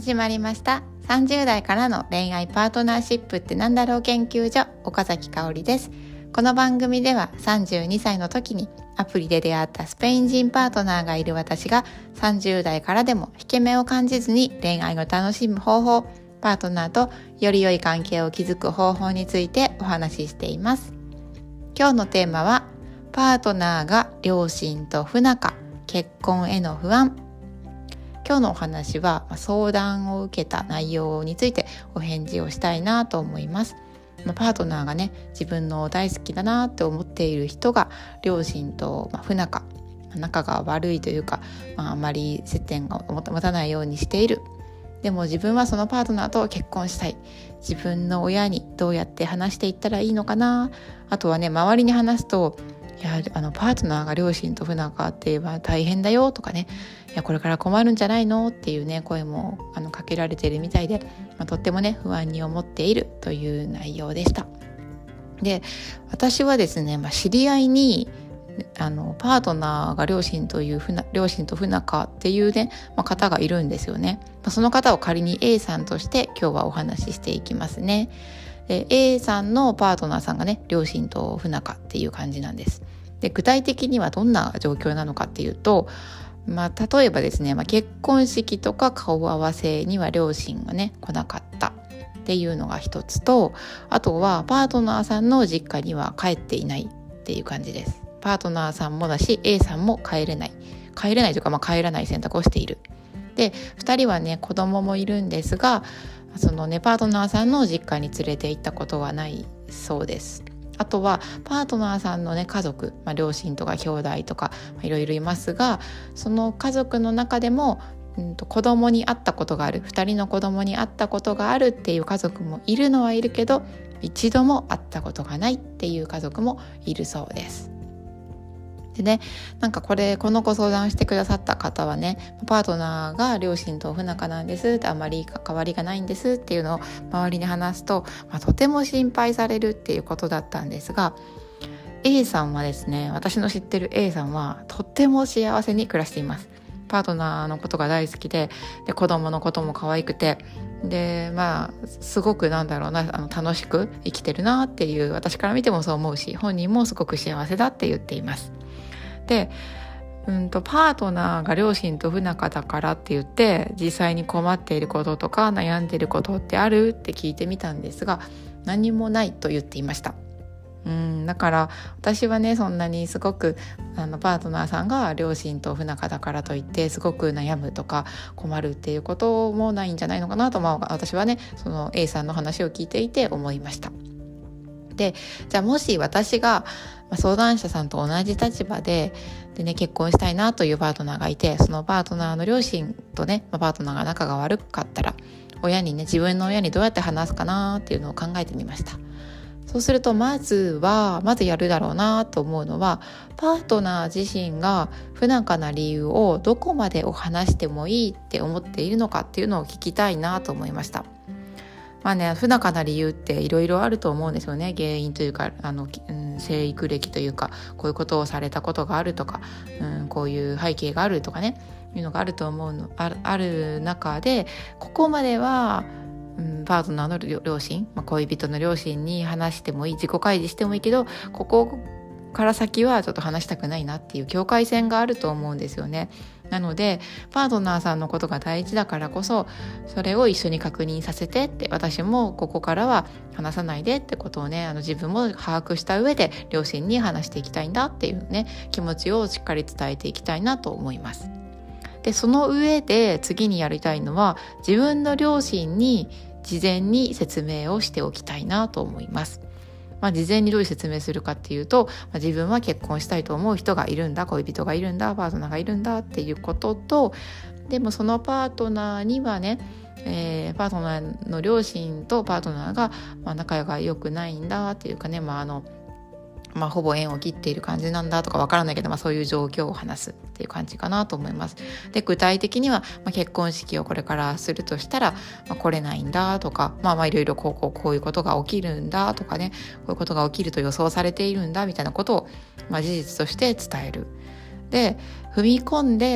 始まりました30代からの恋愛パートナーシップってなんだろう研究所、岡崎香織です。この番組では32歳の時にアプリで出会ったスペイン人パートナーがいる私が30代からでも引け目を感じずに恋愛を楽しむ方法、パートナーとより良い関係を築く方法についてお話ししています。今日のテーマはパートナーが両親と不仲、結婚への不安。今日のお話は相談を受けた内容についてお返事をしたいなと思います。パートナーがね、自分の大好きだなって思っている人が両親と不仲、仲が悪いというか、あまり接点が持たないようにしている。でも自分はそのパートナーと結婚したい。自分の親にどうやって話していったらいいのかな。あとはね、周りに話すと、パートナーが両親と不仲って言えば大変だよとかね、これから困るんじゃないのっていうね声もかけられているみたいで、とってもね不安に思っているという内容でした。で、私はですね、知り合いにパートナーが両親と不仲っていうね、方がいるんですよね。その方を仮に A さんとして今日はお話ししていきますね。で A さんのパートナーさんがね両親と不仲っていう感じなんです。で、具体的にはどんな状況なのかっていうと、例えばですね、結婚式とか顔合わせには両親がね来なかったっていうのが一つと、あとはパートナーさんの実家には帰っていないっていう感じです。パートナーさんもだし A さんも帰れないというか、帰らない選択をしている。で、2人はね子供もいるんですが、そのねパートナーさんの実家に連れて行ったことはないそうです。あとはパートナーさんのね家族、両親とか兄弟とかいろいろいますが、その家族の中でも、子供に会ったことがある、2人の子供に会ったことがあるっていう家族もいるのはいるけど、一度も会ったことがないっていう家族もいるそうです。でね、このご相談してくださった方はね、パートナーが両親と不仲なんですって、あまり関わりがないんですっていうのを周りに話すと、とても心配されるっていうことだったんですが、 A さんはですね、私の知ってる A さんはとっても幸せに暮らしています。パートナーのことが大好きで、子供のことも可愛くて、すごく楽しく生きてるなっていう、私から見てもそう思うし、本人もすごく幸せだって言っています。で、パートナーが両親と不仲だからって言って実際に困っていることとか悩んでいることってあるって聞いてみたんですが、何もないと言っていました。だから私はね、そんなにすごくパートナーさんが両親と不仲だからといってすごく悩むとか困るっていうこともないんじゃないのかなと、私はねその A さんの話を聞いていて思いました。で、じゃあもし私が相談者さんと同じ立場でね、結婚したいなというパートナーがいて、そのパートナーの両親とね、パートナーが仲が悪かったら自分の親にどうやって話すかなっていうのを考えてみました。そうするとまずやるだろうなと思うのは、パートナー自身が不仲な理由をどこまでお話してもいいって思っているのかっていうのを聞きたいなと思いました。不仲な理由っていろいろあると思うんですよね。原因というか生育歴というか、こういうことをされたことがあるとか、こういう背景があるとかね、いうのがあると思うのある中で、ここまではパートナーの両親、恋人の両親に話してもいい、自己開示してもいいけど、ここから先はちょっと話したくないなっていう境界線があると思うんですよね。なのでパートナーさんのことが大事だからこそ、それを一緒に確認させてって、私もここからは話さないでってことをね、自分も把握した上で両親に話していきたいんだっていうね気持ちをしっかり伝えていきたいなと思います。で、その上で次にやりたいのは、自分の両親に事前に説明をしておきたいなと思います。事前にどういう説明するかっていうと、自分は結婚したいと思う人がいるんだ、恋人がいるんだ、パートナーがいるんだっていうことと、でもそのパートナーにはね、パートナーの両親とパートナーが、仲が良くないんだっていうかね、ほぼ縁を切っている感じなんだとかわからないけど、そういう状況を話すっていう感じかなと思います。で、具体的には、結婚式をこれからするとしたら、来れないんだとか、いろいろこういうことが起きるんだとかね、こういうことが起きると予想されているんだみたいなことを、事実として伝える。で、踏み込んで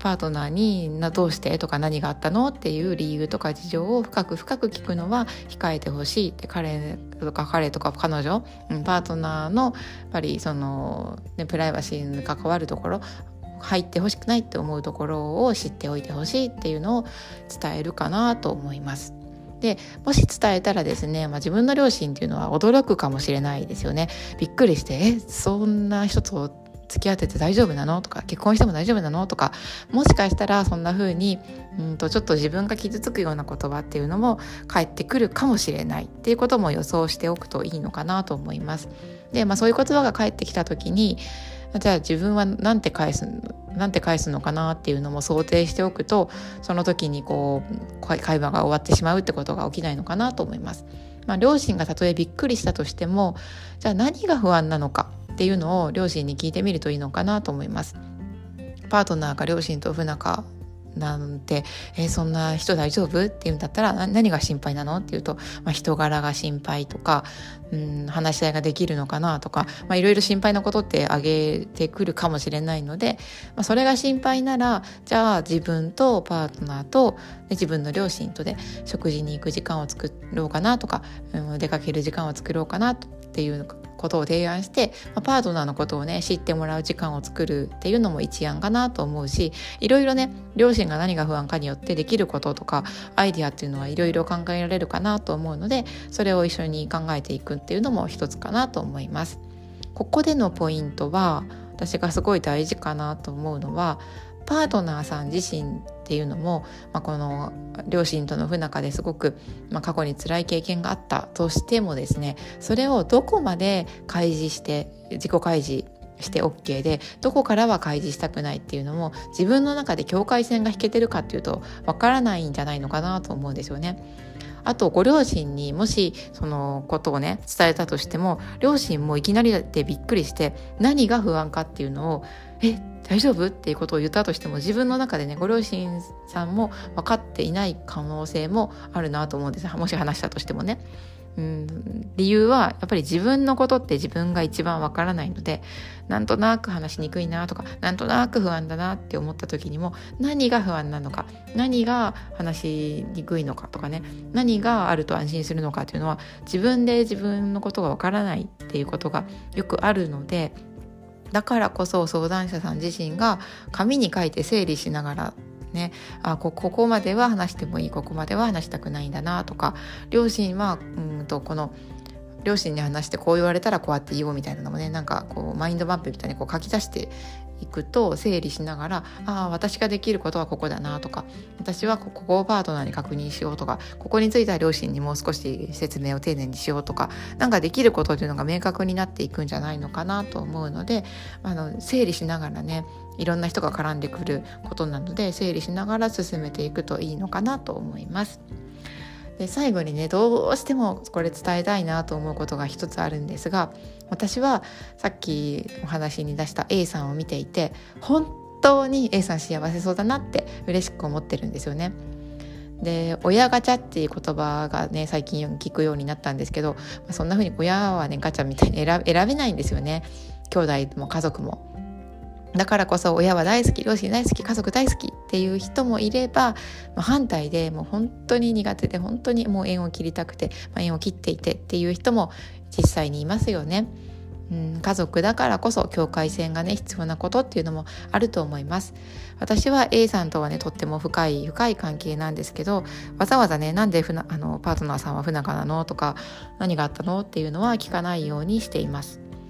パートナーにどうしてとか何があったのっていう理由とか事情を深く聞くのは控えてほしいって、彼とか彼女、パートナーのやっぱりその、プライバシーに関わるところ、入ってほしくないって思うところを知っておいてほしいっていうのを伝えるかなと思います。でもし伝えたらですね、自分の両親っていうのは驚くかもしれないですよね。びっくりしてそんな人と付き合ってて大丈夫なのとか、結婚しても大丈夫なのとか、もしかしたらそんな風にちょっと自分が傷つくような言葉っていうのも返ってくるかもしれないっていうことも予想しておくといいのかなと思います。で、そういう言葉が返ってきた時に、じゃあ自分はなんて返すのかなっていうのも想定しておくと、その時に会話が終わってしまうってことが起きないのかなと思います。両親がたとえびっくりしたとしても、じゃあ何が不安なのかっていうのを両親に聞いてみるといいのかなと思います。パートナーが両親と不仲なんて、そんな人大丈夫っていうんだったら何が心配なのっていうと、人柄が心配とか、話し合いができるのかなとか、いろいろ心配なことって挙げてくるかもしれないので、それが心配なら、じゃあ自分とパートナーと自分の両親とで食事に行く時間を作ろうかなとか、出かける時間を作ろうかなっていうことを提案して、パートナーのことをね知ってもらう時間を作るっていうのも一案かなと思うし、いろいろね両親が何が不安かによってできることとかアイディアっていうのはいろいろ考えられるかなと思うので、それを一緒に考えていくっていうのも一つかなと思います。ここでのポイントは、私がすごい大事かなと思うのは、パートナーさん自身っていうのも、この両親との不仲ですごく、過去に辛い経験があったとしてもですね、それをどこまで自己開示して OK で、どこからは開示したくないっていうのも自分の中で境界線が引けてるかっていうとわからないんじゃないのかなと思うんですよね。あとご両親にもしそのことをね伝えたとしても、両親もいきなりでびっくりして何が不安かっていうのを大丈夫っていうことを言ったとしても、自分の中でねご両親さんも分かっていない可能性もあるなと思うんです。もし話したとしてもね、理由はやっぱり自分のことって自分が一番わからないので、なんとなく話しにくいなとか、なんとなく不安だなって思った時にも、何が不安なのか、何が話しにくいのかとかね、何があると安心するのかっていうのは自分で自分のことがわからないっていうことがよくあるので、だからこそ相談者さん自身が紙に書いて整理しながらね、ここまでは話してもいい、ここまでは話したくないんだなとか、両親はこの両親に話してこう言われたらこうやって言おうみたいなのもね、なんかマインドマップみたいに書き出していくと、整理しながら、私ができることはここだなとか、私はここをパートナーに確認しようとか、ここについては両親にもう少し説明を丁寧にしようとか、なんかできることというのが明確になっていくんじゃないのかなと思うので、整理しながらね、いろんな人が絡んでくることなので、整理しながら進めていくといいのかなと思います。で、最後にね、どうしてもこれ伝えたいなと思うことが一つあるんですが、私はさっきお話に出した A さんを見ていて、本当に A さん幸せそうだなって嬉しく思ってるんですよね。で、親ガチャっていう言葉がね最近聞くようになったんですけど、そんな風に親はねガチャみたいに選べないんですよね。兄弟も家族も。だからこそ親は大好き、両親大好き、家族大好きっていう人もいれば、反対でもう本当に苦手で、本当にもう縁を切りたくて、縁を切っていてっていう人も実際にいますよね。家族だからこそ境界線がね必要なことっていうのもあると思います。私は A さんとはねとっても深い関係なんですけど、わざわざねなんでパートナーさんは不仲なのとか、何があったのっていうのは聞かないようにしています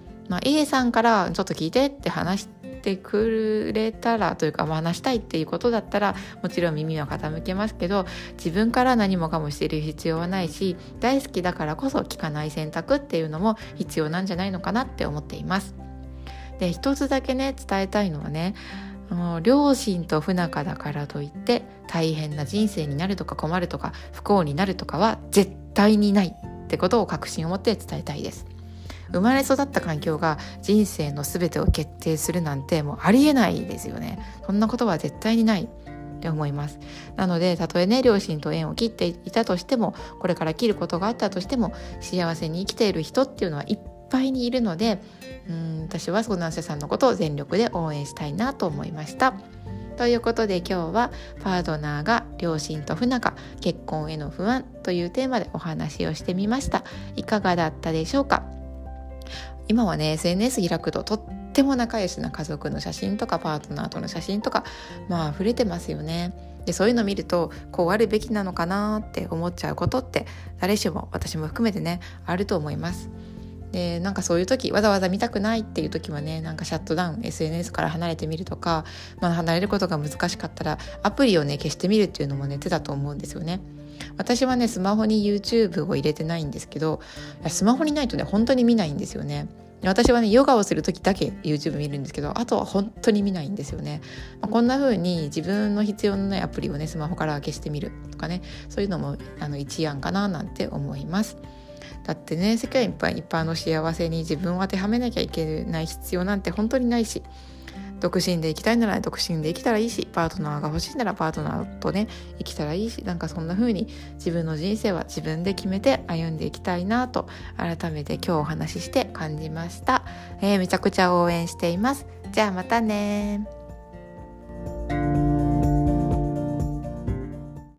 。A さんからちょっと聞いてって話してくれたらというか、話したいっていうことだったらもちろん耳は傾けますけど、自分から何もかもしている必要はないし、大好きだからこそ聞かない選択っていうのも必要なんじゃないのかなって思っています。で、一つだけね伝えたいのはね、両親と不仲だからといって大変な人生になるとか困るとか不幸になるとかは絶対にないってことを確信を持って伝えたいです。生まれ育った環境が人生の全てを決定するなんてもうありえないですよね。そんなことは絶対にないって思います。なので、たとえね両親と縁を切っていたとしても、これから切ることがあったとしても、幸せに生きている人っていうのはいっぱいにいるので、私は相談者さんのことを全力で応援したいなと思いました。 ということで今日はパートナーが両親と不仲、結婚への不安というテーマでお話をしてみました。いかがだったでしょうか。今はね SNS 開くととっても仲良しな家族の写真とかパートナーとの写真とか溢れてますよね。でそういうのを見るとこうあるべきなのかなって思っちゃうことって誰しも私も含めてねあると思います。でなんかそういう時わざわざ見たくないっていう時はねなんかシャットダウン SNS から離れてみるとか、離れることが難しかったらアプリをね消してみるっていうのもね手だと思うんですよね。私はねスマホに YouTube を入れてないんですけど、スマホにないとね本当に見ないんですよね。私はねヨガをする時だけ YouTube 見るんですけど、あとは本当に見ないんですよね。こんな風に自分の必要のないアプリをねスマホから消してみるとかね、そういうのも一案かななんて思います。だってね世界いっぱいの幸せに自分を当てはめなきゃいけない必要なんて本当にないし、独身で生きたいなら独身で生きたらいいし、パートナーが欲しいならパートナーとね生きたらいいし、なんかそんな風に自分の人生は自分で決めて歩んでいきたいなと改めて今日お話しして感じました。めちゃくちゃ応援しています。じゃあまたね。